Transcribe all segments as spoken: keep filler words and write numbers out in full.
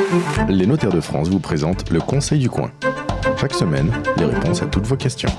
Les notaires de France vous présentent le Conseil du coin. Chaque semaine, les réponses à toutes vos questions.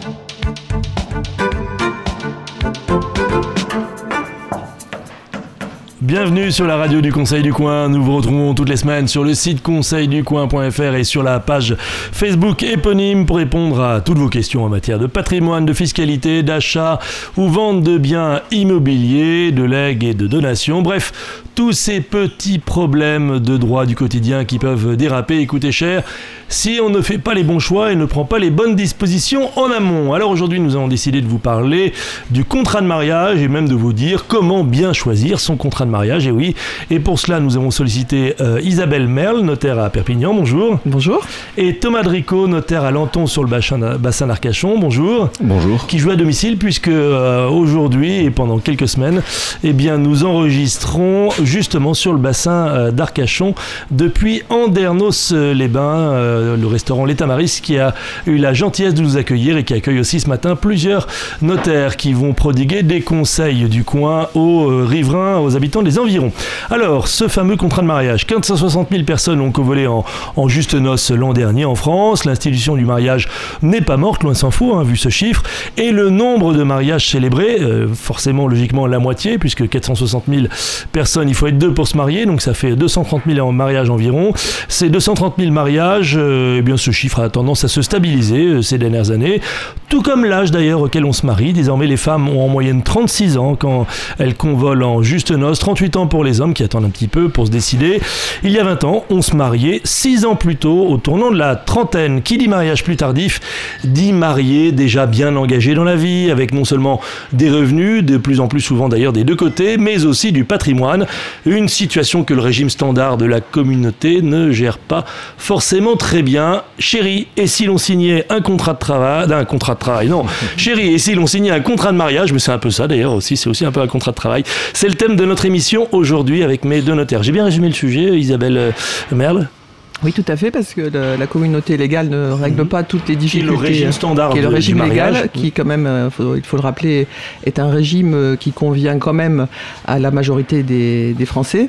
Bienvenue sur la radio du Conseil du Coin. Nous vous retrouvons toutes les semaines sur le site conseil du coin point f r et sur la page Facebook éponyme pour répondre à toutes vos questions en matière de patrimoine, de fiscalité, d'achat ou vente de biens immobiliers, de legs et de donations. Bref, tous ces petits problèmes de droit du quotidien qui peuvent déraper et coûter cher si on ne fait pas les bons choix et ne prend pas les bonnes dispositions en amont. Alors aujourd'hui, nous avons décidé de vous parler du contrat de mariage et même de vous dire comment bien choisir son contrat de mariage. Et oui, et pour cela, nous avons sollicité euh, Isabelle Merle, notaire à Perpignan. Bonjour. Bonjour. Et Thomas Dricot, notaire à Lanton sur le bassin, bassin d'Arcachon. Bonjour. Bonjour. Qui joue à domicile puisque euh, aujourd'hui et pendant quelques semaines, eh bien, nous enregistrons justement sur le bassin euh, d'Arcachon depuis Andernos-les-Bains, euh, le restaurant Les Tamaris qui a eu la gentillesse de nous accueillir et qui accueille aussi ce matin plusieurs notaires qui vont prodiguer des conseils du coin aux euh, riverains, aux habitants des environs. Alors, ce fameux contrat de mariage, quatre cent soixante mille personnes ont convolé en, en juste noces l'an dernier en France. L'institution du mariage n'est pas morte, loin s'en faut, hein, vu ce chiffre. Et le nombre de mariages célébrés, euh, forcément, logiquement, la moitié, puisque quatre cent soixante mille personnes, il faut être deux pour se marier, donc ça fait deux cent trente mille mariages environ. Ces deux cent trente mille mariages, euh, eh bien, ce chiffre a tendance à se stabiliser euh, ces dernières années. Tout comme l'âge d'ailleurs auquel on se marie. Désormais, les femmes ont en moyenne trente-six ans quand elles convolent en juste noces, trente-huit ans pour les hommes qui attendent un petit peu pour se décider. Il y a vingt ans, on se mariait six ans plus tôt, au tournant de la trentaine. Qui dit mariage plus tardif, dit marié déjà bien engagé dans la vie, avec non seulement des revenus, de plus en plus souvent d'ailleurs des deux côtés, mais aussi du patrimoine. Une situation que le régime standard de la communauté ne gère pas forcément très bien. Chérie, et si l'on signait un contrat de travail, un contrat de travail, non. Chérie, et si l'on signait un contrat de mariage, mais c'est un peu ça d'ailleurs aussi, c'est aussi un peu un contrat de travail. C'est le thème de notre émission aujourd'hui avec mes deux notaires. J'ai bien résumé le sujet, Isabelle Merle? Oui, tout à fait, parce que le, la communauté légale ne règle pas toutes les difficultés. Qui est le régime standard qui est le de, régime du légal, mariage. qui quand même, euh, faut, il faut le rappeler, est un régime qui convient quand même à la majorité des, des Français.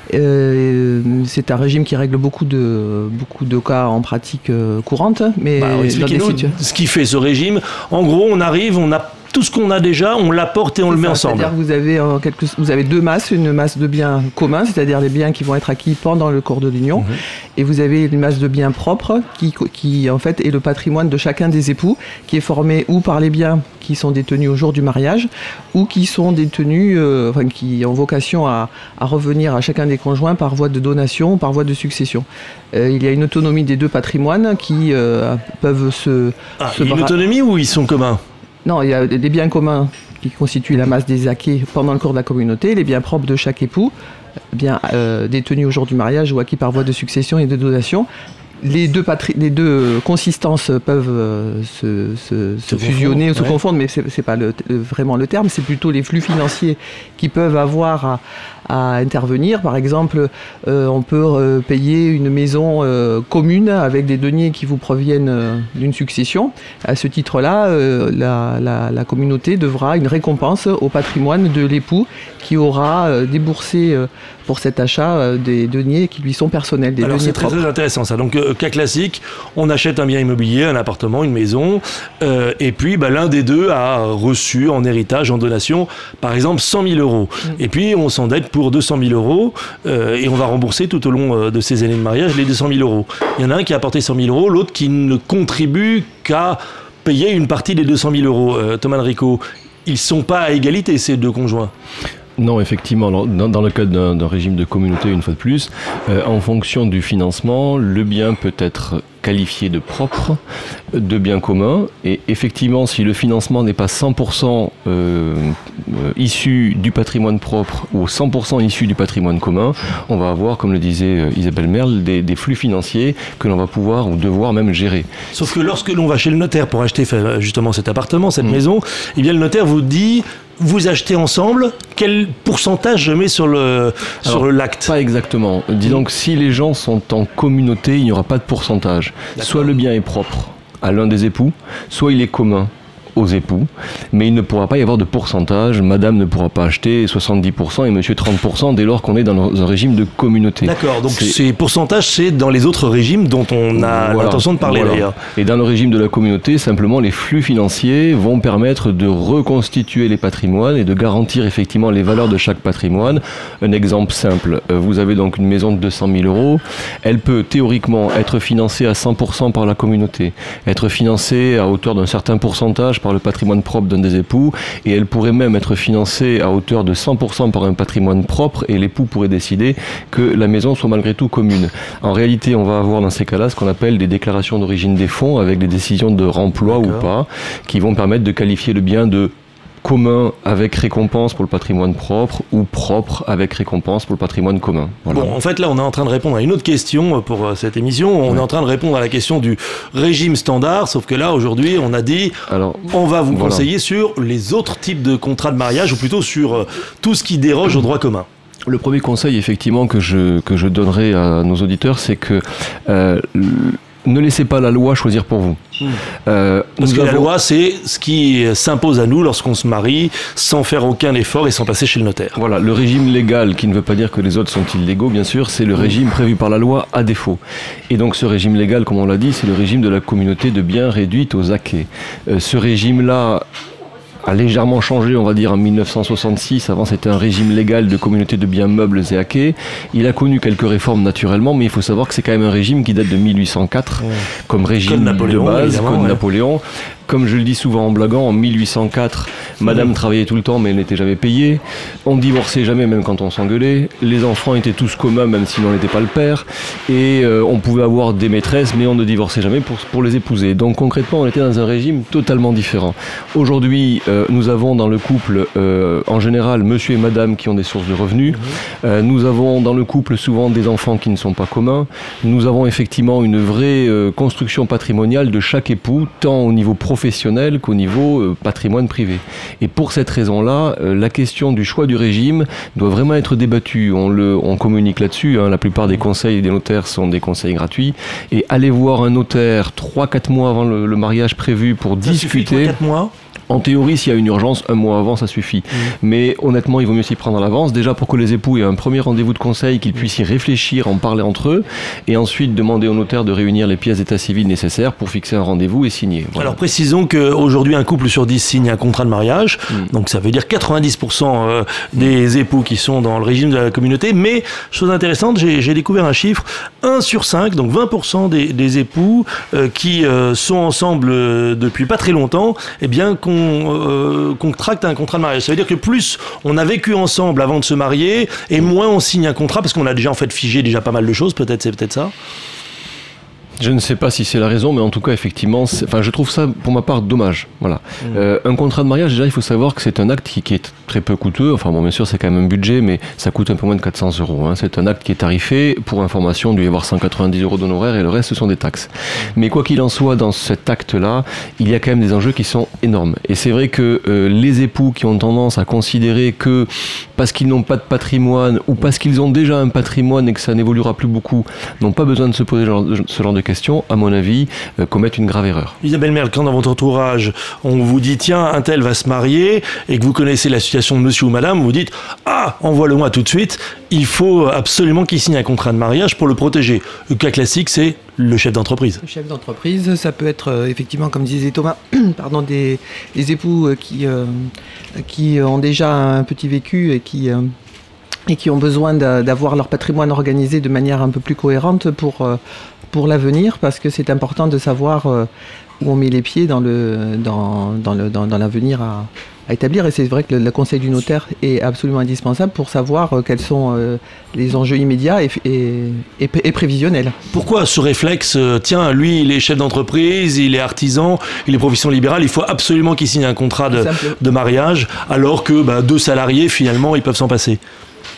Euh, c'est un régime qui règle beaucoup de, beaucoup de cas en pratique euh, courante. Mais bah, expliquez-nous ce qui fait ce régime. En gros, on arrive, on a tout ce qu'on a déjà, on l'apporte et on c'est le met ça, ensemble. C'est-à-dire que vous avez, euh, quelques, vous avez deux masses, une masse de biens communs, c'est-à-dire les biens qui vont être acquis pendant le cours de l'union, mmh. et vous avez une masse de biens propres qui, qui en fait est le patrimoine de chacun des époux, qui est formé ou par les biens qui sont détenus au jour du mariage, ou qui sont détenus, euh, enfin qui ont vocation à, à revenir à chacun des conjoints par voie de donation ou par voie de succession. Euh, il y a une autonomie des deux patrimoines qui euh, peuvent se... Ah, se il y a une autonomie ou ils sont communs ? Non, il y a des biens communs qui constituent la masse des acquis pendant le cours de la communauté, les biens propres de chaque époux, biens euh, détenus au jour du mariage ou acquis par voie de succession et de donation. Les deux, patri- les deux consistances peuvent euh, se, se, se, se fusionner ou se ouais. confondre, mais ce n'est pas le, le, vraiment le terme, c'est plutôt les flux financiers qui peuvent avoir à, à intervenir. Par exemple, euh, on peut euh, payer une maison euh, commune avec des deniers qui vous proviennent euh, d'une succession. À ce titre-là, euh, la, la, la communauté devra une récompense au patrimoine de l'époux qui aura euh, déboursé euh, pour cet achat euh, des deniers qui lui sont personnels, des Alors deniers c'est très, propres. très intéressant ça. Donc euh, cas classique, on achète un bien immobilier, un appartement, une maison, euh, et puis bah, l'un des deux a reçu en héritage, en donation, par exemple cent mille euros. Mmh. Et puis on s'endette pour deux cent mille euros euh, et on va rembourser tout au long euh, de ces années de mariage les deux cent mille euros. Il y en a un qui a apporté cent mille euros, l'autre qui ne contribue qu'à payer une partie des deux cent mille euros. Euh, Thomas Dricot, ils ne sont pas à égalité ces deux conjoints. Non, effectivement, dans, dans le cadre d'un, d'un régime de communauté, une fois de plus, euh, en fonction du financement, le bien peut être qualifié de propre, de bien commun, et effectivement, si le financement n'est pas cent pour cent euh, euh, issu du patrimoine propre ou cent pour cent issu du patrimoine commun, on va avoir, comme le disait Isabelle Merle, des, des flux financiers que l'on va pouvoir ou devoir même gérer. Sauf que lorsque l'on va chez le notaire pour acheter justement cet appartement, cette mmh. maison, eh bien le notaire vous dit... Vous achetez ensemble, quel pourcentage je mets sur, le, Alors, sur l'acte ? Pas exactement. Disons que si les gens sont en communauté, il n'y aura pas de pourcentage. D'accord. Soit le bien est propre à l'un des époux, soit il est commun aux époux, mais il ne pourra pas y avoir de pourcentage. Madame ne pourra pas acheter soixante-dix pour cent et monsieur trente pour cent dès lors qu'on est dans un régime de communauté. D'accord, donc c'est... ces pourcentages, c'est dans les autres régimes dont on a voilà, l'intention de parler voilà. d'ailleurs. Et dans le régime de la communauté, simplement les flux financiers vont permettre de reconstituer les patrimoines et de garantir effectivement les valeurs de chaque patrimoine. Un exemple simple, vous avez donc une maison de deux cent mille euros, elle peut théoriquement être financée à cent pour cent par la communauté, être financée à hauteur d'un certain pourcentage par le patrimoine propre d'un des époux, et elle pourrait même être financée à hauteur de cent pour cent par un patrimoine propre, et l'époux pourrait décider que la maison soit malgré tout commune. En réalité, on va avoir dans ces cas-là ce qu'on appelle des déclarations d'origine des fonds avec des décisions de remploi ou pas, qui vont permettre de qualifier le bien de commun avec récompense pour le patrimoine propre ou propre avec récompense pour le patrimoine commun. Voilà. Bon, en fait, là, on est en train de répondre à une autre question pour cette émission. On ouais. est en train de répondre à la question du régime standard, sauf que là, aujourd'hui, on a dit, Alors, on va vous voilà. conseiller sur les autres types de contrats de mariage, ou plutôt sur tout ce qui déroge au droit commun. Le premier conseil, effectivement, que je, que je donnerai à nos auditeurs, c'est que euh, ne laissez pas la loi choisir pour vous. Mmh. Euh, Parce que avons... la loi, c'est ce qui s'impose à nous lorsqu'on se marie, sans faire aucun effort et sans passer chez le notaire. Voilà, le régime légal, qui ne veut pas dire que les autres sont illégaux, bien sûr, c'est le mmh. régime prévu par la loi à défaut. Et donc ce régime légal, comme on l'a dit, c'est le régime de la communauté de biens réduite aux acquets. Euh, ce régime-là a légèrement changé, on va dire, en mille neuf cent soixante-six. Avant, c'était un régime légal de communauté de biens meubles et acquets. Il a connu quelques réformes naturellement, mais il faut savoir que c'est quand même un régime qui date de mille huit cent quatre, ouais. comme régime de base, comme ouais. Napoléon. Comme je le dis souvent en blaguant, en mille huit cent quatre, madame mmh. travaillait tout le temps mais elle n'était jamais payée. On divorçait jamais même quand on s'engueulait. Les enfants étaient tous communs même si l'on n'était pas le père. Et euh, on pouvait avoir des maîtresses mais on ne divorçait jamais pour, pour les épouser. Donc concrètement, on était dans un régime totalement différent. Aujourd'hui, euh, nous avons dans le couple, euh, en général, monsieur et madame qui ont des sources de revenus. Mmh. Euh, nous avons dans le couple souvent des enfants qui ne sont pas communs. Nous avons effectivement une vraie euh, construction patrimoniale de chaque époux, tant au niveau professionnel professionnel qu'au niveau euh, patrimoine privé. Et pour cette raison-là, euh, la question du choix du régime doit vraiment être débattue. On, le, on communique là-dessus, hein. La plupart des conseils des notaires sont des conseils gratuits. Et aller voir un notaire trois à quatre mois avant le, le mariage prévu pour ça discuter... trois à quatre mois En théorie, s'il y a une urgence, un mois avant, ça suffit. Mmh. Mais honnêtement, il vaut mieux s'y prendre à l'avance. Déjà pour que les époux aient un premier rendez-vous de conseil, qu'ils puissent y réfléchir, en parler entre eux, et ensuite demander au notaire de réunir les pièces d'état civil nécessaires pour fixer un rendez-vous et signer. Voilà. Alors précisons qu'aujourd'hui, un couple sur dix signe un contrat de mariage. Mmh. Donc ça veut dire quatre-vingt-dix pour cent des époux qui sont dans le régime de la communauté. Mais, chose intéressante, j'ai, j'ai découvert un chiffre, un sur cinq, donc vingt pour cent des, des époux euh, qui euh, sont ensemble euh, depuis pas très longtemps, eh bien, qu'on Euh, contracte un contrat de mariage. Ça veut dire que plus on a vécu ensemble avant de se marier et moins on signe un contrat parce qu'on a déjà en fait figé déjà pas mal de choses, peut-être c'est peut-être ça. Je ne sais pas si c'est la raison, mais en tout cas, effectivement, enfin, je trouve ça, pour ma part, dommage. Voilà. Mmh. Euh, un contrat de mariage, déjà, il faut savoir que c'est un acte qui, qui est très peu coûteux. Enfin, bon, bien sûr, c'est quand même un budget, mais ça coûte un peu moins de quatre cents euros. Hein. C'est un acte qui est tarifé. Pour information, il doit y avoir cent quatre-vingt-dix euros d'honoraires et le reste, ce sont des taxes. Mmh. Mais quoi qu'il en soit, dans cet acte-là, il y a quand même des enjeux qui sont énormes. Et c'est vrai que euh, les époux qui ont tendance à considérer que parce qu'ils n'ont pas de patrimoine ou parce qu'ils ont déjà un patrimoine et que ça n'évoluera plus beaucoup, n'ont pas besoin de se poser genre, ce genre de questions, à mon avis, euh, commettent une grave erreur. Isabelle Merle, quand dans votre entourage, on vous dit tiens, un tel va se marier et que vous connaissez la situation de monsieur ou madame, vous dites ah, envoie-le-moi tout de suite, il faut absolument qu'il signe un contrat de mariage pour le protéger. Le cas classique, c'est le chef d'entreprise. Le chef d'entreprise, ça peut être euh, effectivement, comme disait Thomas, pardon, des, des époux euh, qui, euh, qui ont déjà un petit vécu et qui... Euh, et qui ont besoin d'avoir leur patrimoine organisé de manière un peu plus cohérente pour, pour l'avenir, parce que c'est important de savoir où on met les pieds dans, le, dans, dans, le, dans, dans l'avenir à, à établir. Et c'est vrai que le, le conseil du notaire est absolument indispensable pour savoir quels sont les enjeux immédiats et, et, et, et prévisionnels. Pourquoi ce réflexe, tiens, lui, il est chef d'entreprise, il est artisan, il est profession libérale, il faut absolument qu'il signe un contrat de, de mariage, alors que bah, deux salariés, finalement, ils peuvent s'en passer?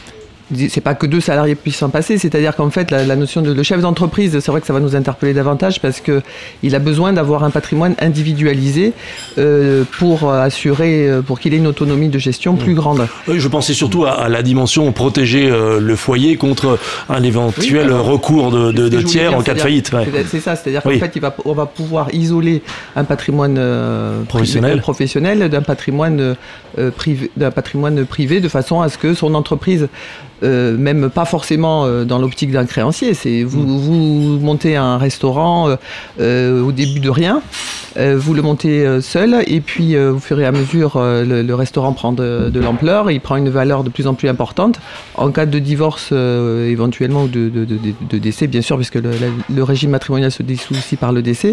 c'est pas que deux salariés puissent s'en passer, c'est-à-dire qu'en fait la, la notion de le chef d'entreprise, c'est vrai que ça va nous interpeller davantage parce que il a besoin d'avoir un patrimoine individualisé euh, pour assurer, pour qu'il ait une autonomie de gestion plus grande. Oui, je pensais surtout à, à la dimension protéger euh, le foyer contre un éventuel oui, alors, recours de, de, de tiers dire, en cas de faillite. Ouais. C'est, c'est ça, c'est-à-dire qu'en oui. fait il va, on va pouvoir isoler un patrimoine euh, professionnel. Privé, professionnel d'un patrimoine euh, privé, d'un patrimoine privé de façon à ce que son entreprise Euh, même pas forcément euh, dans l'optique d'un créancier, c'est vous, mmh. vous montez un restaurant euh, euh, au début de rien, euh, vous le montez euh, seul et puis euh, au fur et à mesure euh, le, le restaurant prend de, de l'ampleur, il prend une valeur de plus en plus importante. En cas de divorce euh, éventuellement ou de, de, de, de décès, bien sûr, puisque le, la, le régime matrimonial se dissout aussi par le décès,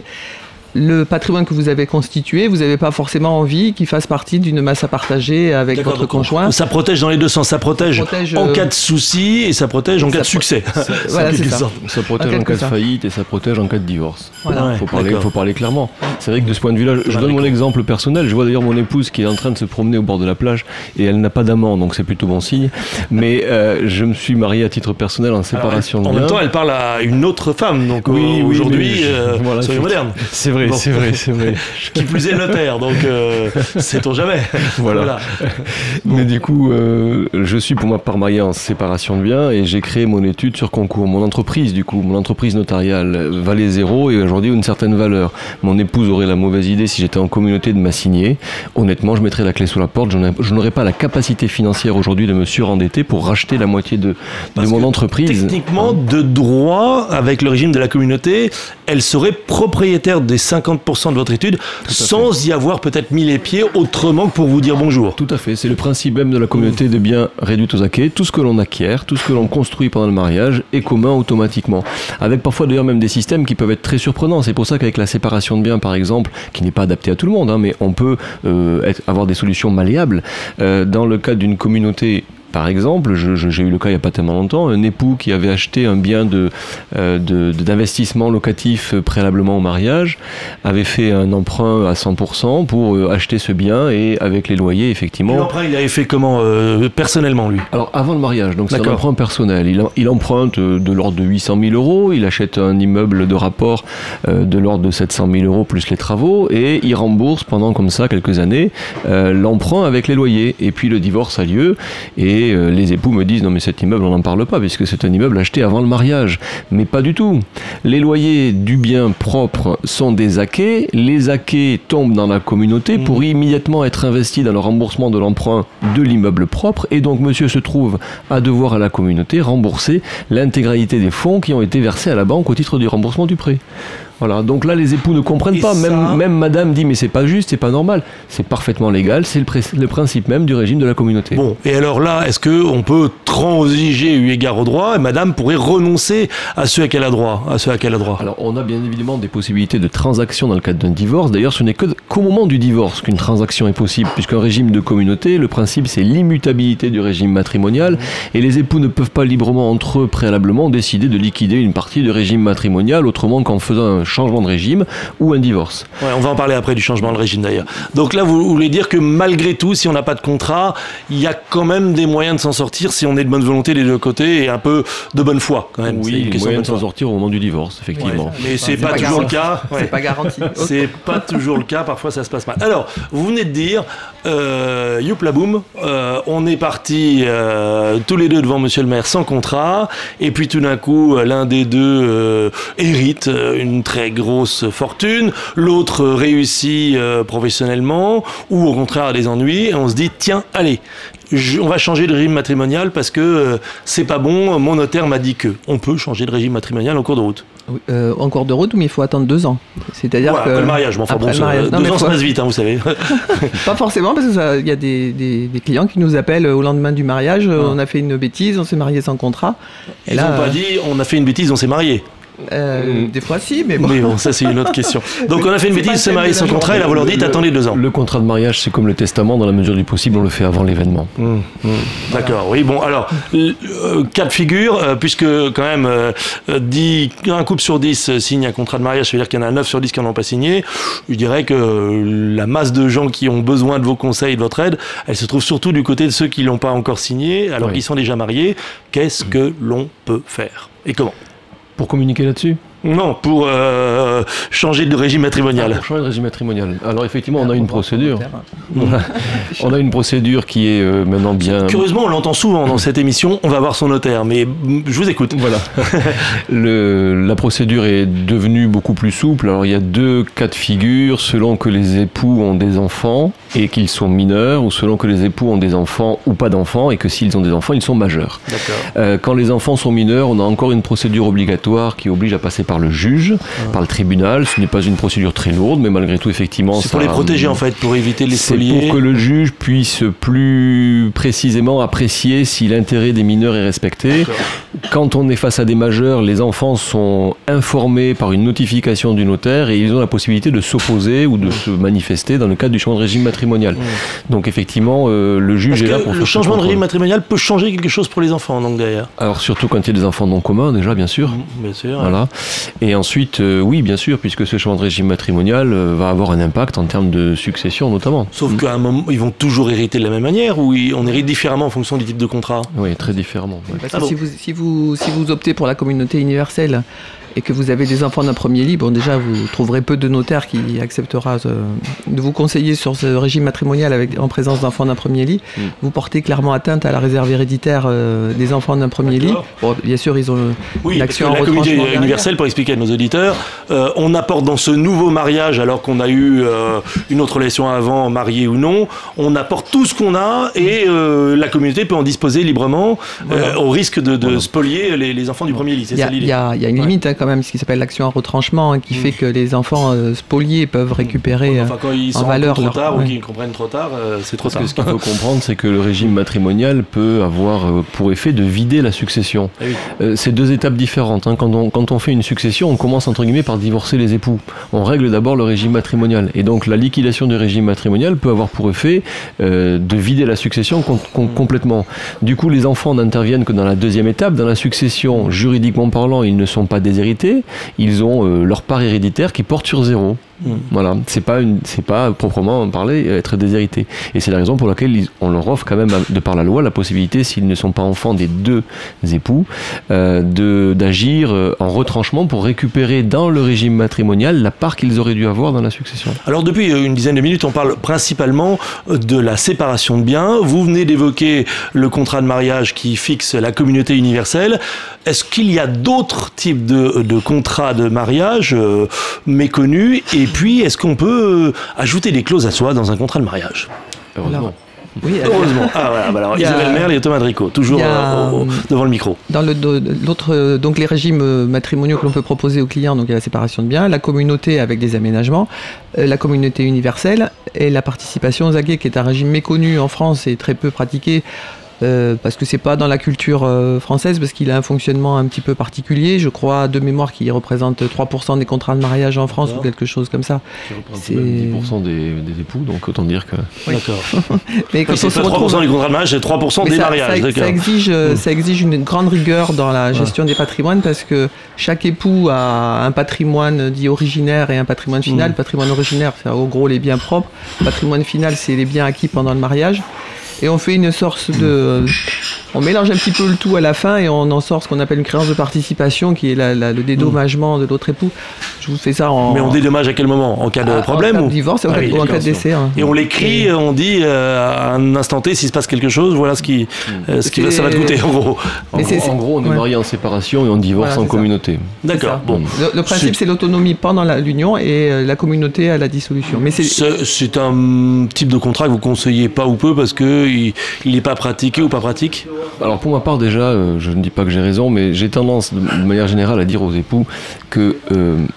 le patrimoine que vous avez constitué, vous n'avez pas forcément envie qu'il fasse partie d'une masse à partager avec D'accord, votre conjoint. Ça protège dans les deux sens. Ça protège, ça protège en euh... cas de souci et ça protège en ça cas de succès. Ça, voilà, c'est ça. Ça protège en, en cas de ça. faillite et ça protège en cas de divorce. Il voilà. ouais, faut, parler, faut parler clairement. C'est vrai que de ce point de vue-là, je, je donne mon exemple personnel. Je vois d'ailleurs mon épouse qui est en train de se promener au bord de la plage et elle n'a pas d'amant, donc c'est plutôt bon signe. Mais euh, je me suis marié à titre personnel en séparation Alors, de biens. En même temps, elle parle à une autre femme. Donc oui, euh, aujourd'hui, je, euh, voilà, soyons modernes. C'est vrai, bon. c'est vrai, c'est vrai. Qui plus est notaire, donc euh, sait-on jamais. Voilà. voilà. Bon. Mais du coup, euh, je suis pour ma part marié en séparation de biens et j'ai créé mon étude sur concours. Mon entreprise, du coup, mon entreprise notariale valait zéro et aujourd'hui une certaine valeur. Mon épouse aurait la mauvaise idée si j'étais en communauté de m'assigner. Honnêtement, je mettrais la clé sous la porte. Je, je n'aurais pas la capacité financière aujourd'hui de me surendetter pour racheter la moitié de, de mon entreprise. Techniquement, de droit, avec le régime de la communauté, elle serait propriétaire des cinquante pour cent de votre étude sans y avoir peut-être mis les pieds autrement que pour vous dire bonjour. Tout à fait, c'est le principe même de la communauté des biens réduits aux acquis. Tout ce que l'on acquiert, tout ce que l'on construit pendant le mariage est commun automatiquement. Avec parfois d'ailleurs même des systèmes qui peuvent être très surprenants. C'est pour ça qu'avec la séparation de biens par exemple, qui n'est pas adaptée à tout le monde, hein, mais on peut euh, être, avoir des solutions malléables. Euh, dans le cas d'une communauté, par exemple, je, je, j'ai eu le cas il n'y a pas tellement longtemps, un époux qui avait acheté un bien de, euh, de, de, d'investissement locatif préalablement au mariage, avait fait un emprunt à cent pour cent pour euh, acheter ce bien et avec les loyers, effectivement... L'emprunt, il avait fait comment euh, personnellement, lui ? Alors, avant le mariage, donc D'accord. c'est un emprunt personnel. Il, il emprunte de l'ordre de huit cent mille euros, il achète un immeuble de rapport euh, de l'ordre de sept cent mille euros plus les travaux et il rembourse pendant comme ça quelques années euh, l'emprunt avec les loyers. Et puis le divorce a lieu et Et les époux me disent non mais cet immeuble on n'en parle pas puisque c'est un immeuble acheté avant le mariage. Mais pas du tout. Les loyers du bien propre sont des acquets. Les acquets tombent dans la communauté mmh. pour immédiatement être investis dans le remboursement de l'emprunt de l'immeuble propre. Et donc monsieur se trouve à devoir à la communauté rembourser l'intégralité des fonds qui ont été versés à la banque au titre du remboursement du prêt. Voilà, donc là les époux ne comprennent et pas, ça... même, même madame dit mais c'est pas juste, c'est pas normal, c'est parfaitement légal, c'est le, pré- le principe même du régime de la communauté. Bon, et alors là, est-ce qu'on peut transiger eu égard au droit et madame pourrait renoncer à ce à qu'elle a droit, à ce à qu'elle a droit? Alors on a bien évidemment des possibilités de transaction dans le cadre d'un divorce, d'ailleurs ce n'est que, qu'au moment du divorce qu'une transaction est possible, puisqu'un régime de communauté, le principe c'est l'immutabilité du régime matrimonial, et les époux ne peuvent pas librement entre eux préalablement décider de liquider une partie du régime matrimonial autrement qu'en faisant un changement de régime ou un divorce. Ouais, on va en parler après du changement de régime d'ailleurs. Donc là, vous voulez dire que malgré tout, si on n'a pas de contrat, il y a quand même des moyens de s'en sortir si on est de bonne volonté des deux côtés et un peu de bonne foi quand même. Oui, il y a moyen de s'en sortir au moment du divorce, effectivement. Ouais, mais c'est, c'est pas, pas toujours garanti. le cas. Ouais. C'est pas garanti. C'est pas toujours le cas, parfois ça se passe mal. Alors, vous venez de dire, euh, youp la boum, euh, on est partis euh, tous les deux devant monsieur le maire sans contrat, et puis tout d'un coup, l'un des deux euh, hérite une très grosse fortune, l'autre réussit euh, professionnellement, ou au contraire a des ennuis, et on se dit, tiens, allez, je, on va changer de régime matrimonial parce que euh, c'est pas bon, mon notaire m'a dit que. On peut changer de régime matrimonial en cours de route. Oui, euh, en cours de route, mais il faut attendre deux ans. C'est-à-dire voilà, que... Après le mariage, bon, enfin bon, mariage. Non, deux ans, ça passe vite, hein, vous savez. Pas forcément, parce qu'il y a des, des, des clients qui nous appellent au lendemain du mariage, ah. on a fait une bêtise, on s'est marié sans contrat. Et Ils n'ont euh... pas dit, on a fait une bêtise, on s'est marié. Euh, des fois si, mais bon. Mais bon, ça c'est une autre question. Donc on a fait une bêtise, se marier sans contrat, et là vous leur dites attendez deux ans. Le contrat de mariage, c'est comme le testament, dans la mesure du possible, on le fait avant l'événement. Mmh, mmh. D'accord, oui, bon, alors, euh, cas de figure, euh, puisque quand même, euh, dix, un couple sur dix euh, signe un contrat de mariage, ça veut dire qu'il y en a neuf sur dix qui n'en ont pas signé, je dirais que euh, la masse de gens qui ont besoin de vos conseils, de votre aide, elle se trouve surtout du côté de ceux qui ne l'ont pas encore signé, alors oui. qu'ils sont déjà mariés. Qu'est-ce mmh. que l'on peut faire et comment ? Pour communiquer là-dessus ? Non, pour euh, changer de régime matrimonial. Ah, pour changer de régime matrimonial. Alors effectivement, on a une procédure. On a une procédure qui est euh, maintenant bien... Curieusement, on l'entend souvent dans cette émission, on va voir son notaire, mais je vous écoute. Voilà. Le, la procédure est devenue beaucoup plus souple. Alors il y a deux cas de figure, selon que les époux ont des enfants et qu'ils sont mineurs, ou selon que les époux ont des enfants ou pas d'enfants, et que s'ils ont des enfants, ils sont majeurs. D'accord. Euh, quand les enfants sont mineurs, on a encore une procédure obligatoire qui oblige à passer par le juge, ah. par le tribunal. Ce n'est pas une procédure très lourde, mais malgré tout, effectivement... C'est pour les protéger, en fait, pour éviter les spoliés. C'est pour que le juge puisse plus précisément apprécier si l'intérêt des mineurs est respecté. D'accord. Quand on est face à des majeurs, les enfants sont informés par une notification du notaire et ils ont la possibilité de s'opposer ou de mmh. se manifester dans le cadre du changement de régime matrimonial. Mmh. Donc effectivement, euh, le juge Parce est que là pour... Le changement de régime matrimonial peut changer quelque chose pour les enfants, donc derrière. Alors surtout quand il y a des enfants non communs, déjà, bien sûr. Mmh, bien sûr. Voilà. Ouais. Et ensuite, euh, oui, bien sûr, puisque ce changement de régime matrimonial euh, va avoir un impact en termes de succession, notamment. Sauf mmh. qu'à un moment, ils vont toujours hériter de la même manière, ou on hérite différemment en fonction du type de contrat ? Oui, très différemment. Ouais. Parce que ah bon. si, vous, si, vous, si vous optez pour la communauté universelle et que vous avez des enfants d'un premier lit, bon déjà vous trouverez peu de notaires qui acceptera euh, de vous conseiller sur ce régime matrimonial avec, en présence d'enfants d'un premier lit. Mmh. Vous portez clairement atteinte à la réserve héréditaire euh, des enfants d'un premier D'accord. lit. Bon, bien sûr, ils ont oui, l'action parce que la communauté universelle, pour expliquer à nos auditeurs, euh, on apporte dans ce nouveau mariage, alors qu'on a eu euh, une autre relation avant, mariée ou non, on apporte tout ce qu'on a et euh, la communauté peut en disposer librement voilà. euh, au risque de, de voilà. spolier les, les enfants du premier lit. C'est ça l'idée. Il y a, y a une ouais. limite hein, quand même, ce qui s'appelle l'action en retranchement, hein, qui mmh. fait que les enfants euh, spoliés peuvent récupérer enfin, quand ils en sont valeur trop leur... tard ouais. ou qu'ils comprennent trop tard, euh, c'est trop Parce tard. Que ce qu'il faut comprendre, c'est que le régime matrimonial peut avoir euh, pour effet de vider la succession. Ah oui. euh, c'est deux étapes différentes. Hein. Quand, on, quand on fait une succession, on commence entre guillemets par divorcer les époux. On règle d'abord le régime matrimonial. Et donc la liquidation du régime matrimonial peut avoir pour effet euh, de vider la succession com- com- mmh. complètement. Du coup, les enfants n'interviennent que dans la deuxième étape. Dans la succession, juridiquement parlant, ils ne sont pas déshérités. Ils ont euh, leur part héréditaire qui porte sur zéro. Mmh. Voilà, c'est pas une, c'est pas proprement parler être déshérité. Et c'est la raison pour laquelle ils, on leur offre quand même, de par la loi, la possibilité, s'ils ne sont pas enfants des deux époux, euh, de d'agir en retranchement pour récupérer dans le régime matrimonial la part qu'ils auraient dû avoir dans la succession. Alors depuis une dizaine de minutes, on parle principalement de la séparation de biens. Vous venez d'évoquer le contrat de mariage qui fixe la communauté universelle. Est-ce qu'il y a d'autres types de, de contrats de mariage euh, méconnus? Et puis, est-ce qu'on peut ajouter des clauses à soi dans un contrat de mariage? Heureusement. Alors, oui, heureusement. Ah voilà, bah alors, Isabelle Merle et Thomas Dricot, toujours a, euh, au, devant le micro. Dans le, l'autre, donc les régimes matrimoniaux que l'on peut proposer aux clients, donc il y a la séparation de biens, la communauté avec des aménagements, euh, la communauté universelle et la participation aux aguets, qui est un régime méconnu en France et très peu pratiqué. Euh, parce que c'est pas dans la culture euh, française, parce qu'il a un fonctionnement un petit peu particulier, je crois de mémoire qu'il représente trois pour cent des contrats de mariage en France. D'accord. Ou quelque chose comme ça. Qui représente c'est... même dix pour cent des, des époux, donc autant dire que... Oui. D'accord. Mais quand c'est on pas se retrouve... trois pour cent des contrats de mariage, c'est trois pour cent mais des ça, mariages. Ça, ça, exige, mmh. ça exige une grande rigueur dans la gestion ouais. des patrimoines, parce que chaque époux a un patrimoine dit originaire et un patrimoine final. Mmh. Le patrimoine originaire, c'est en gros les biens propres. Le patrimoine final, c'est les biens acquis pendant le mariage. Et on fait une sorte de... On mélange un petit peu le tout à la fin et on en sort ce qu'on appelle une créance de participation, qui est la, la, le dédommagement de l'autre époux. Je vous fais ça en... Mais on dédommage à quel moment? En cas de à, problème en cas ou de divorce, ou ah, oui, en cas de décès. Hein. Et on l'écrit, et... on dit euh, à un instant T, s'il se passe quelque chose, voilà ce qui, euh, ce qui va, ça va te coûter, en gros. En, gros, en gros, on est ouais. marié en séparation et on divorce voilà, en communauté. Ça. D'accord. Bon. Le, le principe, c'est, c'est l'autonomie pendant la, l'union et euh, la communauté à la dissolution. Mais c'est... C'est, c'est un type de contrat que vous conseillez pas ou peu parce qu'il n'est pas pratiqué ou pas pratique? Alors pour ma part, déjà, euh, je ne dis pas que j'ai raison, mais j'ai tendance de manière générale à dire aux époux que euh,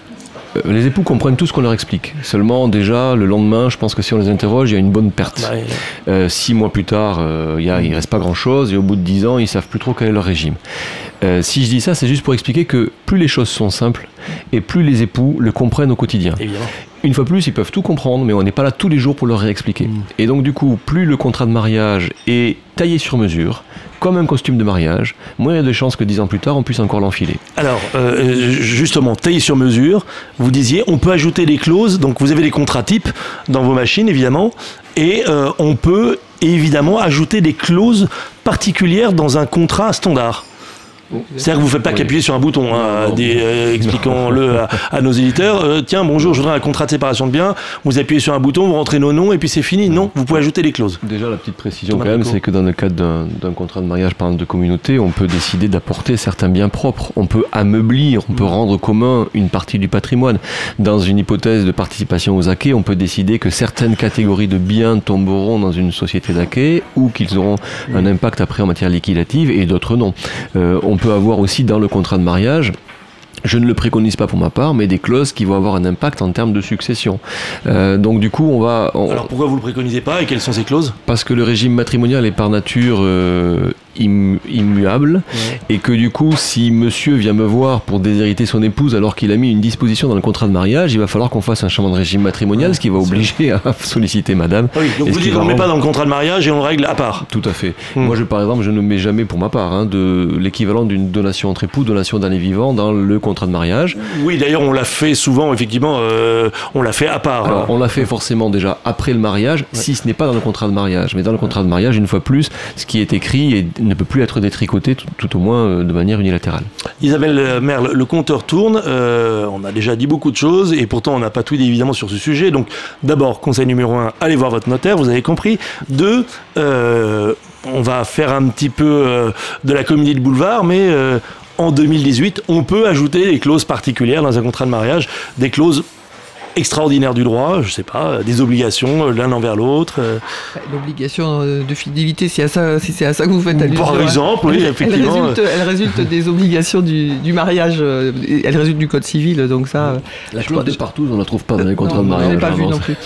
Les époux comprennent tout ce qu'on leur explique. Seulement, déjà, le lendemain, je pense que si on les interroge, il y a une bonne perte. Ouais. Euh, six mois plus tard, euh, il ne reste pas grand-chose, et au bout de dix ans, ils ne savent plus trop quel est leur régime. Euh, si je dis ça, c'est juste pour expliquer que plus les choses sont simples, et plus les époux le comprennent au quotidien. Évidemment. Une fois plus, ils peuvent tout comprendre, mais on n'est pas là tous les jours pour leur réexpliquer. Mmh. Et donc, du coup, plus le contrat de mariage est taillé sur mesure, comme un costume de mariage, moins il y a de chances que dix ans plus tard, on puisse encore l'enfiler. Alors, euh, justement, taillé sur mesure, vous disiez, on peut ajouter des clauses, donc vous avez des contrats types dans vos machines, évidemment, et euh, on peut évidemment ajouter des clauses particulières dans un contrat standard. C'est-à-dire que vous ne faites pas oui. qu'appuyer sur un bouton, hein, des, euh, expliquons-le à, à nos éditeurs. Euh, tiens, bonjour, je voudrais un contrat de séparation de biens. Vous appuyez sur un bouton, vous rentrez nos noms et puis c'est fini. Non, vous pouvez ajouter des clauses. Déjà, la petite précision quand même, c'est que dans le cadre d'un, d'un contrat de mariage, par exemple de communauté, on peut décider d'apporter certains biens propres. On peut ameublir, on peut rendre commun une partie du patrimoine. Dans une hypothèse de participation aux acquêts, on peut décider que certaines catégories de biens tomberont dans une société d'acquêts ou qu'ils auront un impact après en matière liquidative et d'autres non. Euh, on On peut avoir aussi dans le contrat de mariage, je ne le préconise pas pour ma part, mais des clauses qui vont avoir un impact en termes de succession. Euh, donc du coup, on va... On... Alors pourquoi vous ne le préconisez pas et quelles sont ces clauses ? Parce que le régime matrimonial est par nature euh, immu- immuable ouais. et que du coup, si monsieur vient me voir pour déshériter son épouse alors qu'il a mis une disposition dans le contrat de mariage, il va falloir qu'on fasse un changement de régime matrimonial, ouais, ce qui va obliger à solliciter madame. Oui, donc vous dites qu'on ne le met pas dans le contrat de mariage et on le règle à part. Tout à fait. Hum. Moi, je, par exemple, je ne mets jamais pour ma part hein, de l'équivalent d'une donation entre époux, donation d'année vivant dans le contrat de mariage. Oui, d'ailleurs, on l'a fait souvent, effectivement, euh, on l'a fait à part. Alors, on l'a fait forcément déjà après le mariage, ouais. si ce n'est pas dans le contrat de mariage. Mais dans le contrat de mariage, une fois plus, ce qui est écrit et ne peut plus être détricoté, tout, tout au moins euh, de manière unilatérale. Isabelle Merle, le compteur tourne, euh, on a déjà dit beaucoup de choses et pourtant on n'a pas tout dit évidemment sur ce sujet. Donc d'abord, conseil numéro un, allez voir votre notaire, vous avez compris. Deux, euh, on va faire un petit peu euh, de la comédie de boulevard, mais... Euh, en deux mille dix-huit, on peut ajouter des clauses particulières dans un contrat de mariage, des clauses extraordinaires du droit, je sais pas, des obligations l'un envers l'autre. L'obligation de fidélité, si, à ça, si c'est à ça que vous faites allusion. Par exemple, oui, elle, effectivement. Elle résulte, elle résulte des obligations du, du mariage, elle résulte du code civil, donc ça... La clause de partout, on ne la trouve pas dans les contrats non, de mariage. Je n'ai pas vu non plus.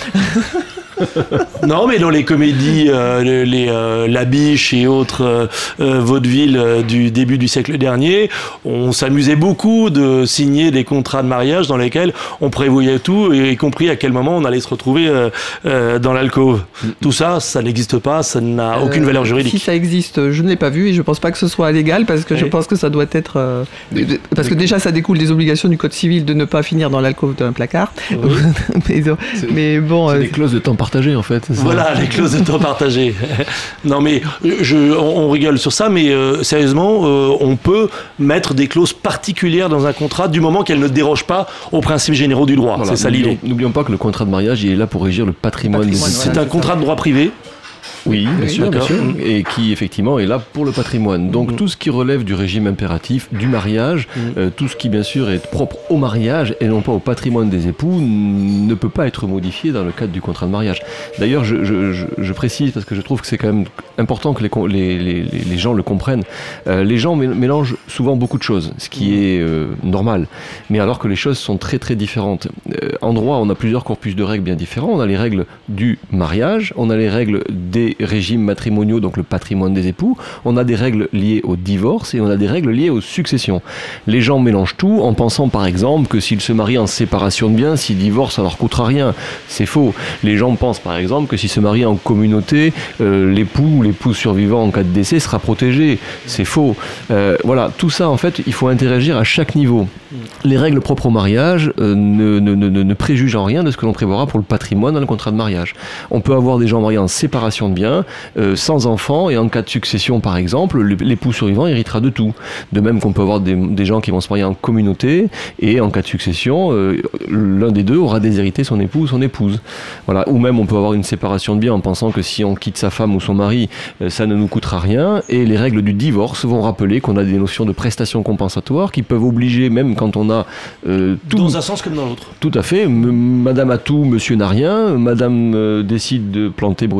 Non, mais dans les comédies, euh, les, les euh, La Biche et autres euh, euh, vaudevilles euh, du début du siècle dernier, on s'amusait beaucoup de signer des contrats de mariage dans lesquels on prévoyait tout, y compris à quel moment on allait se retrouver euh, euh, dans l'alcôve. Tout ça, ça n'existe pas, ça n'a euh, aucune valeur juridique. Si ça existe, je ne l'ai pas vu et je ne pense pas que ce soit légal parce que oui. je pense que ça doit être... Euh, parce que déjà, ça découle des obligations du code civil de ne pas finir dans l'alcôve d'un placard. Oui. mais, mais bon... C'est euh, des clauses de temps partagé en fait. C'est voilà, les clauses de temps partagé. Non mais je, on, on rigole sur ça, mais euh, sérieusement, euh, on peut mettre des clauses particulières dans un contrat du moment qu'elles ne dérogent pas aux principes généraux du droit. Voilà, c'est ça l'idée. N'oublions pas que le contrat de mariage il est là pour régir le patrimoine. patrimoine des... C'est un contrat de droit privé. Oui, bien sûr, bien sûr, et qui effectivement est là pour le patrimoine. Donc mmh. tout ce qui relève du régime impératif, du mariage, mmh. euh, tout ce qui bien sûr est propre au mariage et non pas au patrimoine des époux, n- ne peut pas être modifié dans le cadre du contrat de mariage. D'ailleurs, je, je, je, je précise parce que je trouve que c'est quand même important que les, les, les, les gens le comprennent. Euh, les gens mélangent souvent beaucoup de choses, ce qui mmh. est euh, normal, mais alors que les choses sont très très différentes. Euh, en droit, on a plusieurs corpus de règles bien différents. On a les règles du mariage, on a les règles des régimes matrimoniaux, donc le patrimoine des époux, on a des règles liées au divorce et on a des règles liées aux successions. Les gens mélangent tout en pensant par exemple que s'ils se marient en séparation de biens, s'ils divorcent, ça leur coûtera rien. C'est faux. Les gens pensent par exemple que s'ils se marient en communauté, euh, l'époux ou l'épouse survivant en cas de décès sera protégé. C'est faux. Euh, voilà, tout ça en fait, il faut interagir à chaque niveau. Les règles propres au mariage euh, ne, ne, ne, ne préjugent en rien de ce que l'on prévoira pour le patrimoine dans le contrat de mariage. On peut avoir des gens mariés en séparation de biens, euh, sans enfants, et en cas de succession par exemple, l'époux survivant héritera de tout. De même qu'on peut avoir des, des gens qui vont se marier en communauté, et en cas de succession, euh, l'un des deux aura déshérité son époux ou son épouse. Voilà. Ou même on peut avoir une séparation de biens en pensant que si on quitte sa femme ou son mari, euh, ça ne nous coûtera rien, et les règles du divorce vont rappeler qu'on a des notions de prestations compensatoires qui peuvent obliger, même quand on a euh, tout... Dans un sens comme dans l'autre. Tout à fait. M- madame a tout, monsieur n'a rien. Madame euh, décide de planter brutalement monsieur.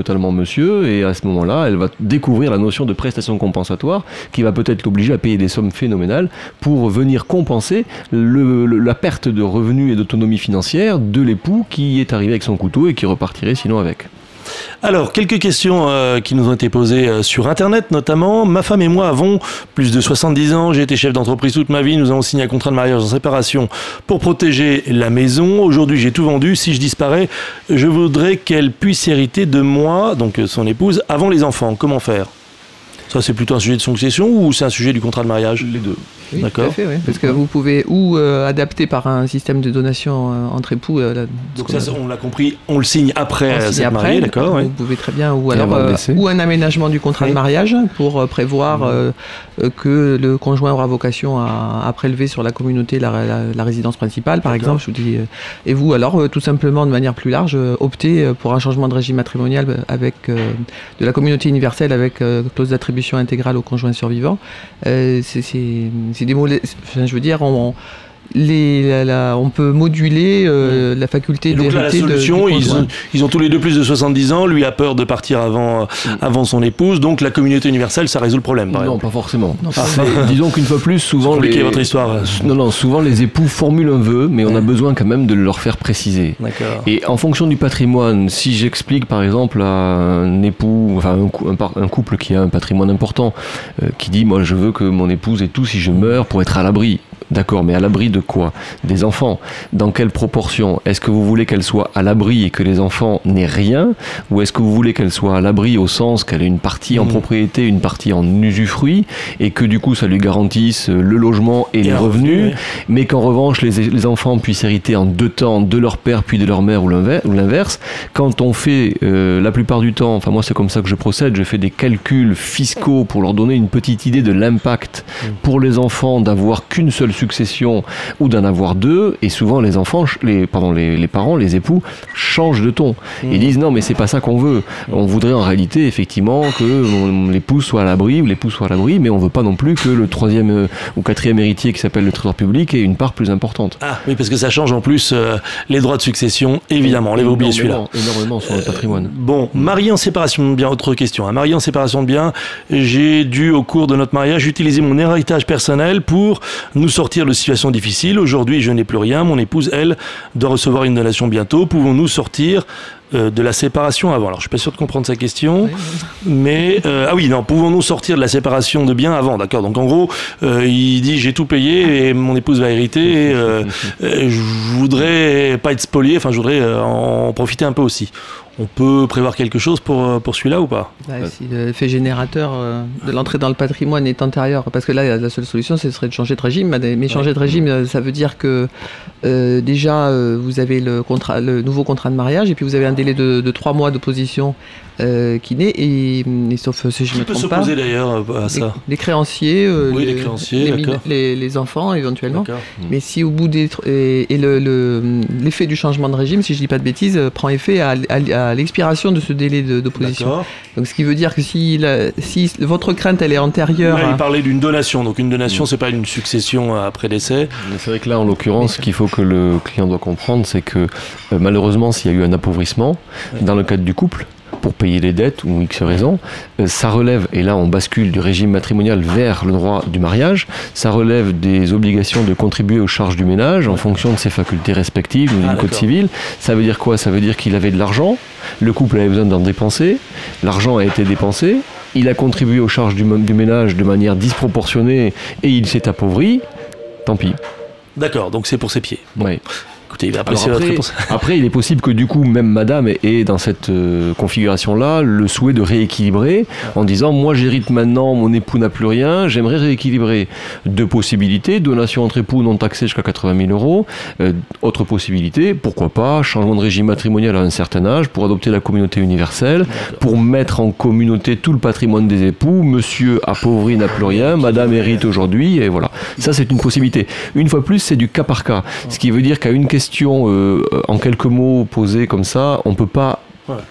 monsieur, et à ce moment-là, elle va découvrir la notion de prestation compensatoire qui va peut-être l'obliger à payer des sommes phénoménales pour venir compenser le, le, la perte de revenus et d'autonomie financière de l'époux qui est arrivé avec son couteau et qui repartirait sinon avec. Alors, quelques questions euh, qui nous ont été posées euh, sur Internet notamment. Ma femme et moi avons plus de soixante-dix ans. J'ai été chef d'entreprise toute ma vie. Nous avons signé un contrat de mariage en séparation pour protéger la maison. Aujourd'hui, j'ai tout vendu. Si je disparais, je voudrais qu'elle puisse hériter de moi, donc euh, son épouse, avant les enfants. Comment faire ? Ça, c'est plutôt un sujet de succession ou c'est un sujet du contrat de mariage ? Les deux. Oui, D'accord. tout à fait, oui. Parce que vous pouvez ou euh, adapter par un système de donation euh, entre époux. Euh, la, Donc ça, on l'a compris, on le signe après on s'être après, marié, d'accord. Vous Ouais. pouvez très bien, ou Et alors avant le euh, décès. ou un aménagement du contrat Oui. de mariage pour euh, prévoir euh, euh, que le conjoint aura vocation à, à prélever sur la communauté la, la, la résidence principale, par D'accord. exemple. Je vous dis, euh, et vous, alors euh, tout simplement de manière plus large, euh, optez euh, pour un changement de régime matrimonial avec euh, de la communauté universelle avec euh, clause d'attribution intégrale au conjoint survivant. Euh, c'est, c'est, c'est des mots. Enfin, je veux dire, on, les, la, la, on peut moduler euh, la faculté Et donc là, la d'hériter de, solution, du ils conjoint. ont, ils ont tous les deux plus de soixante-dix ans, lui a peur de partir avant, avant son épouse, donc la communauté universelle, ça résout le problème, par Non, exemple. pas forcément. Non, pas C'est- disons qu'une fois plus, souvent Compliqué les... votre histoire. Non, non, souvent les époux formulent un vœu, mais on a Ouais. besoin quand même de leur faire préciser. D'accord. Et en fonction du patrimoine, si j'explique par exemple à un époux, enfin un, cou- un par- un couple qui a un patrimoine important, euh, qui dit moi je veux que mon épouse ait tout si je meurs pour être à l'abri. D'accord, mais à l'abri de quoi ? Des enfants. Dans quelle proportion ? Est-ce que vous voulez qu'elle soit à l'abri et que les enfants n'aient rien ? Ou est-ce que vous voulez qu'elle soit à l'abri au sens qu'elle ait une partie en Mmh. propriété, une partie en usufruit, et que du coup ça lui garantisse le logement et, Et les un revenus, revenu, oui. mais qu'en revanche les, les enfants puissent hériter en deux temps de leur père puis de leur mère ou l'inver- ou l'inverse. Quand on fait euh, la plupart du temps, enfin moi c'est comme ça que je procède, je fais des calculs fiscaux pour leur donner une petite idée de l'impact Mmh. pour les enfants d'avoir qu'une seule succession ou d'en avoir deux, et souvent les enfants, ch- les, pardon, les, les parents, les époux changent de ton. Mmh. Ils disent non mais c'est pas ça qu'on veut. On voudrait en réalité effectivement que mon- l'épouse soit à l'abri ou l'époux soit à l'abri, mais on veut pas non plus que le troisième euh, ou quatrième héritier qui s'appelle le trésor public ait une part plus importante. Ah oui, parce que ça change en plus euh, les droits de succession, évidemment, on l'avait oublié celui-là. Énormément, énormément sur le patrimoine. Bon, marié en séparation de biens, autre question. Hein. Marié en séparation de biens, j'ai dû, au cours de notre mariage, utiliser mon héritage personnel pour nous sortir de situations difficiles. Aujourd'hui, je n'ai plus rien. Mon épouse, elle, doit recevoir une donation bientôt. Pouvons-nous sortir euh, de la séparation avant ? Alors, je suis pas sûr de comprendre sa question, Oui, oui. mais... euh, ah oui, non, pouvons-nous sortir de la séparation de biens avant ? D'accord, donc en gros, euh, il dit, j'ai tout payé et mon épouse va hériter. Et, euh, euh, je voudrais pas être spolié, enfin, je voudrais euh, en profiter un peu aussi. On peut prévoir quelque chose pour, euh, pour celui-là ou pas ? Bah, si le fait générateur euh, de l'entrée dans le patrimoine est antérieur, parce que là, la seule solution, ce serait de changer de régime. Mais changer de régime, euh, ça veut dire que euh, déjà, euh, vous avez le, contrat, le nouveau contrat de mariage, et puis vous avez un délai de, de trois mois d'opposition euh, qui naît, et, et sauf euh, si je Qui me peut trompe pas, s'opposer d'ailleurs à les, ça ? les créanciers, euh, Oui, les créanciers, les, min- d'accord. les, les enfants éventuellement. D'accord. Mais si au bout des tr- et, et le, le- l'effet du changement de régime, si je dis pas de bêtises, euh, prend effet à, à- à l'expiration de ce délai de- d'opposition. D'accord. Donc ce qui veut dire que si, la- si votre crainte elle est antérieure, Ouais, à- il parlait d'une donation. Donc une donation, c'est pas une succession après décès. Mais c'est vrai que là, en l'occurrence, ce qu'il faut que le client doit comprendre, c'est que euh, malheureusement, s'il y a eu un appauvrissement, Ouais. dans le cadre du couple, pour payer les dettes ou X raisons, euh, ça relève, et là on bascule du régime matrimonial vers le droit du mariage, ça relève des obligations de contribuer aux charges du ménage en fonction de ses facultés respectives, ou Ah, du code d'accord. civil. Ça veut dire quoi ? Ça veut dire qu'il avait de l'argent, le couple avait besoin d'en dépenser, l'argent a été dépensé, il a contribué aux charges du, du ménage de manière disproportionnée et il s'est appauvri, tant pis. D'accord, donc c'est pour ses pieds. Ouais. Écoutez, il va Alors apprécier votre après, réponse. après, il est possible que du coup, même madame ait dans cette euh, configuration-là le souhait de rééquilibrer en disant moi j'hérite maintenant, mon époux n'a plus rien, j'aimerais rééquilibrer. Deux possibilités, donation entre époux non taxée jusqu'à quatre-vingt mille euros. Euh, autre possibilité, pourquoi pas, changement de régime matrimonial à un certain âge pour adopter la communauté universelle, pour mettre en communauté tout le patrimoine des époux. Monsieur appauvri n'a plus rien, madame hérite aujourd'hui, et voilà. Ça, c'est une possibilité. Une fois plus, c'est du cas par cas. Ce qui veut dire qu'à une question, euh, en quelques mots posée comme ça, on peut pas Ouais.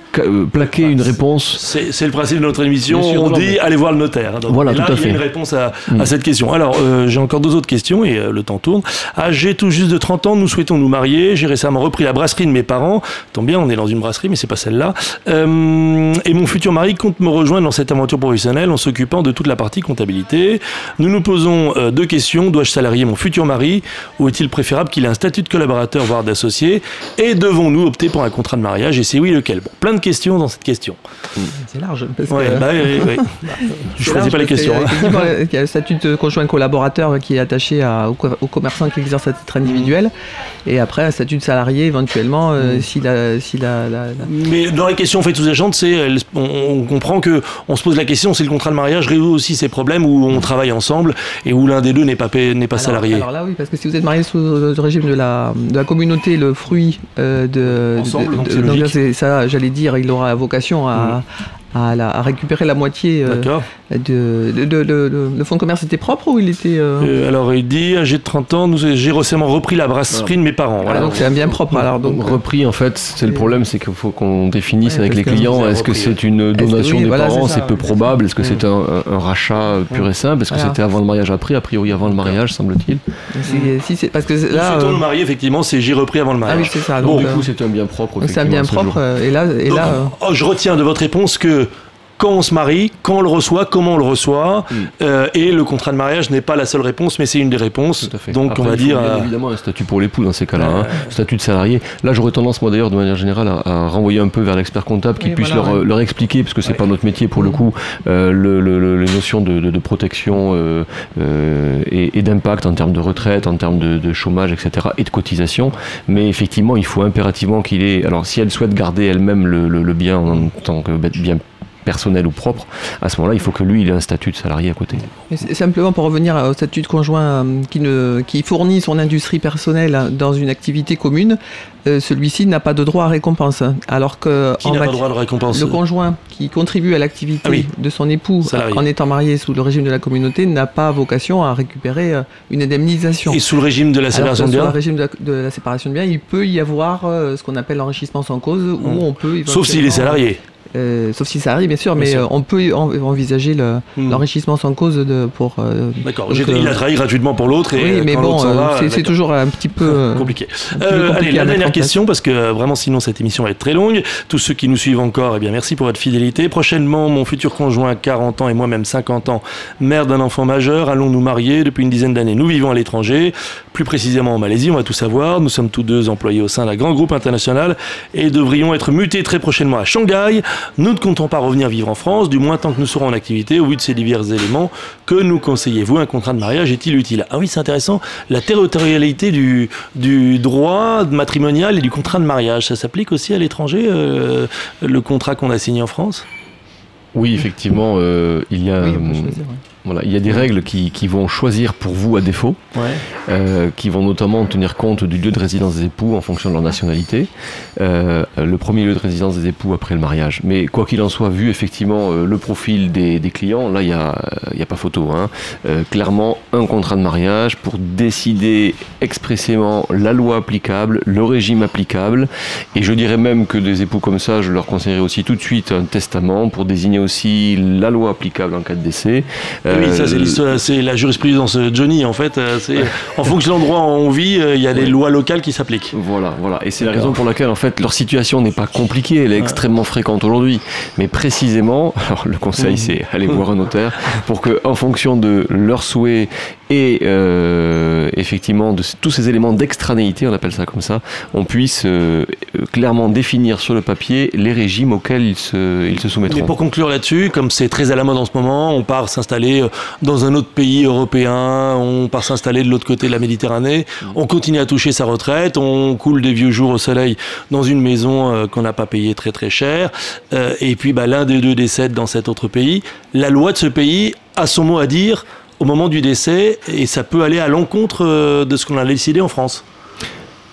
euh, plaquer une réponse. C'est, c'est le principe de notre émission. Sûr, on non, dit mais... allez voir le notaire. Donc, voilà, et là, tout à il y a fait. une réponse à, mmh. à cette question. Alors, euh, j'ai encore deux autres questions et euh, le temps tourne. Âgé tout juste de trente ans, nous souhaitons nous marier. J'ai récemment repris la brasserie de mes parents. Tombe bien, on est dans une brasserie, mais c'est pas celle-là. Euh, et mon futur mari compte me rejoindre dans cette aventure professionnelle en s'occupant de toute la partie comptabilité. Nous nous posons euh, deux questions. Dois-je salarier mon futur mari ou est-il préférable qu'il ait un statut de collaborateur, voire d'associé? Et devons-nous opter pour un contrat de mariage? Et c'est oui, lequel? Bon, plein de questions dans cette question. C'est large. Parce ouais, que... bah, oui, oui, oui. Je ne choisis pas les questions. Il hein. y a le statut de conjoint collaborateur qui est attaché à, aux, aux commerçants qui exercent à titre individuel. Et après, un statut de salarié, éventuellement, euh, mmh. si la, si la, la, la... Mais dans la question faite sous-jacente, c'est, on, on comprend qu'on se pose la question si le contrat de mariage résout aussi ces problèmes où on travaille ensemble et où l'un des deux n'est pas, n'est pas alors, salarié. Alors là, oui, parce que si vous êtes marié sous le régime de la, de la communauté, le fruit euh, de... Ensemble, de, donc de, c'est donc logique. c'est ça, j'allais dire, il aura vocation à... Mmh. À, la, à récupérer la moitié euh, de, de, de, de, de, le fonds de commerce était propre ou il était... Euh... Euh, alors il dit, âgé de trente ans, nous, j'ai récemment repris la brasserie de mes parents. Voilà. Ah, donc c'est un bien propre. Alors, donc, repris, en fait, c'est le problème, c'est qu'il faut qu'on définisse ouais, avec les que clients, est-ce que c'est une donation oui, des voilà, parents, c'est, ça, c'est peu ouais, probable, est-ce que c'est un, un, un rachat pur et simple, est-ce que voilà. c'était avant le mariage, après, a priori avant le mariage, semble-t-il. Si, si c'est, parce que là... Nous souhaitons nous marier, effectivement, c'est j'ai repris avant le mariage. Ah oui, c'est ça. Donc, bon, du coup, c'est un bien propre. C'est un bien propre, et là... Et donc, là oh, je retiens de votre réponse que quand on se marie, quand on le reçoit, comment on le reçoit, mm. euh, et le contrat de mariage n'est pas la seule réponse, mais c'est une des réponses. Donc Après, on va il faut dire bien euh... évidemment un statut pour l'époux dans ces cas-là, euh... hein, statut de salarié. Là, j'aurais tendance moi d'ailleurs de manière générale à, à renvoyer un peu vers l'expert comptable qui oui, puisse voilà, leur, ouais. leur expliquer, parce que c'est ouais. pas notre métier pour mm. le coup, euh, le, le, le, les notions de, de, de protection euh, euh, et, et d'impact en termes de retraite, en termes de, de chômage, et cetera, et de cotisation. Mais effectivement, il faut impérativement qu'il ait. Alors, si elle souhaite garder elle-même le, le, le bien en tant que bien personnel ou propre, à ce moment-là, il faut que lui, il ait un statut de salarié à côté. Et simplement pour revenir au statut de conjoint euh, qui, ne, qui fournit son industrie personnelle dans une activité commune, euh, celui-ci n'a pas de droit à récompense. Alors que qui n'a pas de droit de récompense? Le conjoint qui contribue à l'activité ah oui. de son époux salarié. En étant marié sous le régime de la communauté n'a pas vocation à récupérer une indemnisation. Et sous le régime de la séparation de biens? Sous le régime de la, de la séparation de biens, il peut y avoir euh, ce qu'on appelle l'enrichissement sans cause, mmh. où on peut... Sauf s'il est salarié. Euh, sauf si ça arrive, bien sûr, bien mais sûr. Euh, on peut en, envisager le, mmh. l'enrichissement sans cause de, pour. Euh, d'accord. Donc, il a travaillé gratuitement pour l'autre et oui, mais quand bon, l'autre s'en va, c'est, c'est toujours un petit peu compliqué. Un petit euh, peu compliqué allez, la dernière question, parce que vraiment, sinon cette émission va être très longue. Tous ceux qui nous suivent encore, eh bien, merci pour votre fidélité. Prochainement, mon futur conjoint, quarante ans, et moi-même cinquante ans, mère d'un enfant majeur, allons nous marier. Depuis une dizaine d'années, nous vivons à l'étranger, plus précisément en Malaisie. On va tout savoir. Nous sommes tous deux employés au sein d'un grand groupe international et devrions être mutés très prochainement à Shanghai. Nous ne comptons pas revenir vivre en France, du moins tant que nous serons en activité. Au vu de ces divers éléments, que nous conseillez-vous? Un contrat de mariage est-il utile? Ah oui, c'est intéressant. La territorialité du, du droit matrimonial et du contrat de mariage, ça s'applique aussi à l'étranger, euh, le contrat qu'on a signé en France? Oui, effectivement, euh, il y a... Oui, on peut choisir, ouais. Voilà, il y a des règles qui, qui vont choisir pour vous à défaut, ouais. euh, qui vont notamment tenir compte du lieu de résidence des époux en fonction de leur nationalité, euh, le premier lieu de résidence des époux après le mariage. Mais quoi qu'il en soit, vu effectivement euh, le profil des, des clients, là il n'y a, y a pas photo. Hein. Euh, clairement, un contrat de mariage pour décider expressément la loi applicable, le régime applicable, et je dirais même que des époux comme ça, je leur conseillerais aussi tout de suite un testament pour désigner aussi la loi applicable en cas de décès. Oui, ça c'est, l'histoire, c'est la jurisprudence Johnny en fait. C'est, en fonction de l'endroit où on vit, il y a des oui. lois locales qui s'appliquent. Voilà, voilà. Et c'est D'accord. la raison pour laquelle en fait leur situation n'est pas compliquée, elle est ouais. extrêmement fréquente aujourd'hui. Mais précisément, alors le conseil mmh. c'est aller voir un notaire pour que, en fonction de leurs souhaits et euh, effectivement de tous ces éléments d'extranéité, on appelle ça comme ça, on puisse euh, clairement définir sur le papier les régimes auxquels ils se, ils se soumettront. Mais pour conclure là-dessus, comme c'est très à la mode en ce moment, on part s'installer dans un autre pays européen, on part s'installer de l'autre côté de la Méditerranée, on continue à toucher sa retraite, on coule des vieux jours au soleil dans une maison euh, qu'on n'a pas payée très très cher, euh, et puis bah, l'un des deux décède dans cet autre pays. La loi de ce pays a son mot à dire au moment du décès, et ça peut aller à l'encontre de ce qu'on a décidé en France.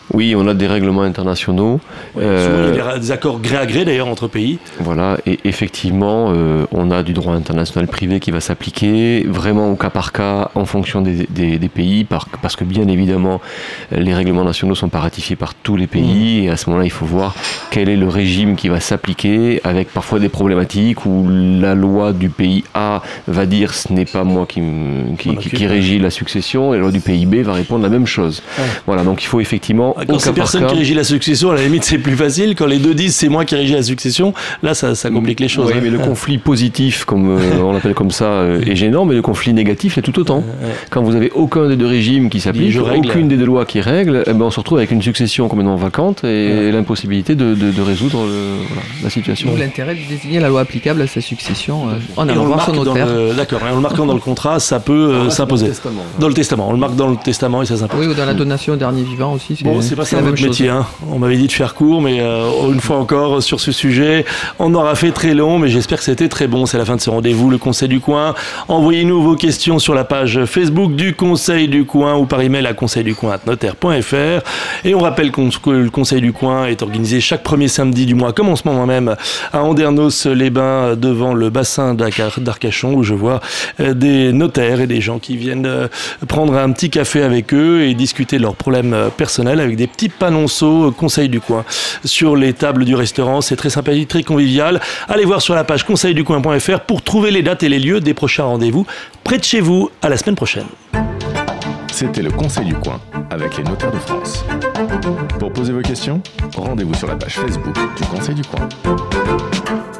Oui, on a des règlements internationaux. Ouais, euh, il y a des accords gré à gré d'ailleurs entre pays. Voilà, et effectivement, euh, on a du droit international privé qui va s'appliquer vraiment au cas par cas en fonction des, des, des pays, par, parce que bien évidemment, les règlements nationaux ne sont pas ratifiés par tous les pays, mmh. et à ce moment-là, il faut voir quel est le régime qui va s'appliquer, avec parfois des problématiques où la loi du pays A va dire ce n'est pas moi qui, qui, qui, qui régit la succession, et la loi du pays B va répondre la même chose. Ouais. Voilà, donc il faut effectivement... Quand c'est personne qui régit la succession, à la limite c'est plus facile. Quand les deux disent c'est moi qui régis la succession, là ça, ça complique les choses. Oui, hein. mais le conflit positif, comme euh, on l'appelle comme ça, euh, est gênant, mais le conflit négatif est tout autant. Ouais. Quand vous avez aucun des deux régimes qui s'applique, aucune des deux lois qui règle, eh ben on se retrouve avec une succession complètement vacante et ouais. l'impossibilité de, de, de résoudre le, voilà, la situation. D'où l'intérêt de désigner la loi applicable à sa succession euh, en allant voir son notaire. D'accord, et en le marquant dans le contrat, ça peut euh, s'imposer. Dans le testament, on le marque dans le testament et ça s'impose. Oui, ou dans la donation au dernier vivant aussi. C'est, bon, c'est pas ça votre métier. Hein. On m'avait dit de faire court, mais euh, une fois encore sur ce sujet, on aura fait très long, mais j'espère que c'était très bon. C'est la fin de ce rendez-vous, le Conseil du Coin. Envoyez-nous vos questions sur la page Facebook du Conseil du Coin ou par email à conseil du coin arobase notaire point f r. Et on rappelle que le Conseil du Coin est organisé chaque premier samedi du mois, comme en ce moment même, à Andernos-les-Bains, devant le bassin d'Arcachon, où je vois des notaires et des gens qui viennent prendre un petit café avec eux et discuter de leurs problèmes personnels avec des petits panonceaux Conseil du Coin sur les tables du restaurant. C'est très sympathique, très convivial. Allez voir sur la page conseil du coin point f r pour trouver les dates et les lieux des prochains rendez-vous près de chez vous. À la semaine prochaine. C'était le Conseil du Coin avec les notaires de France. Pour poser vos questions, rendez-vous sur la page Facebook du Conseil du Coin.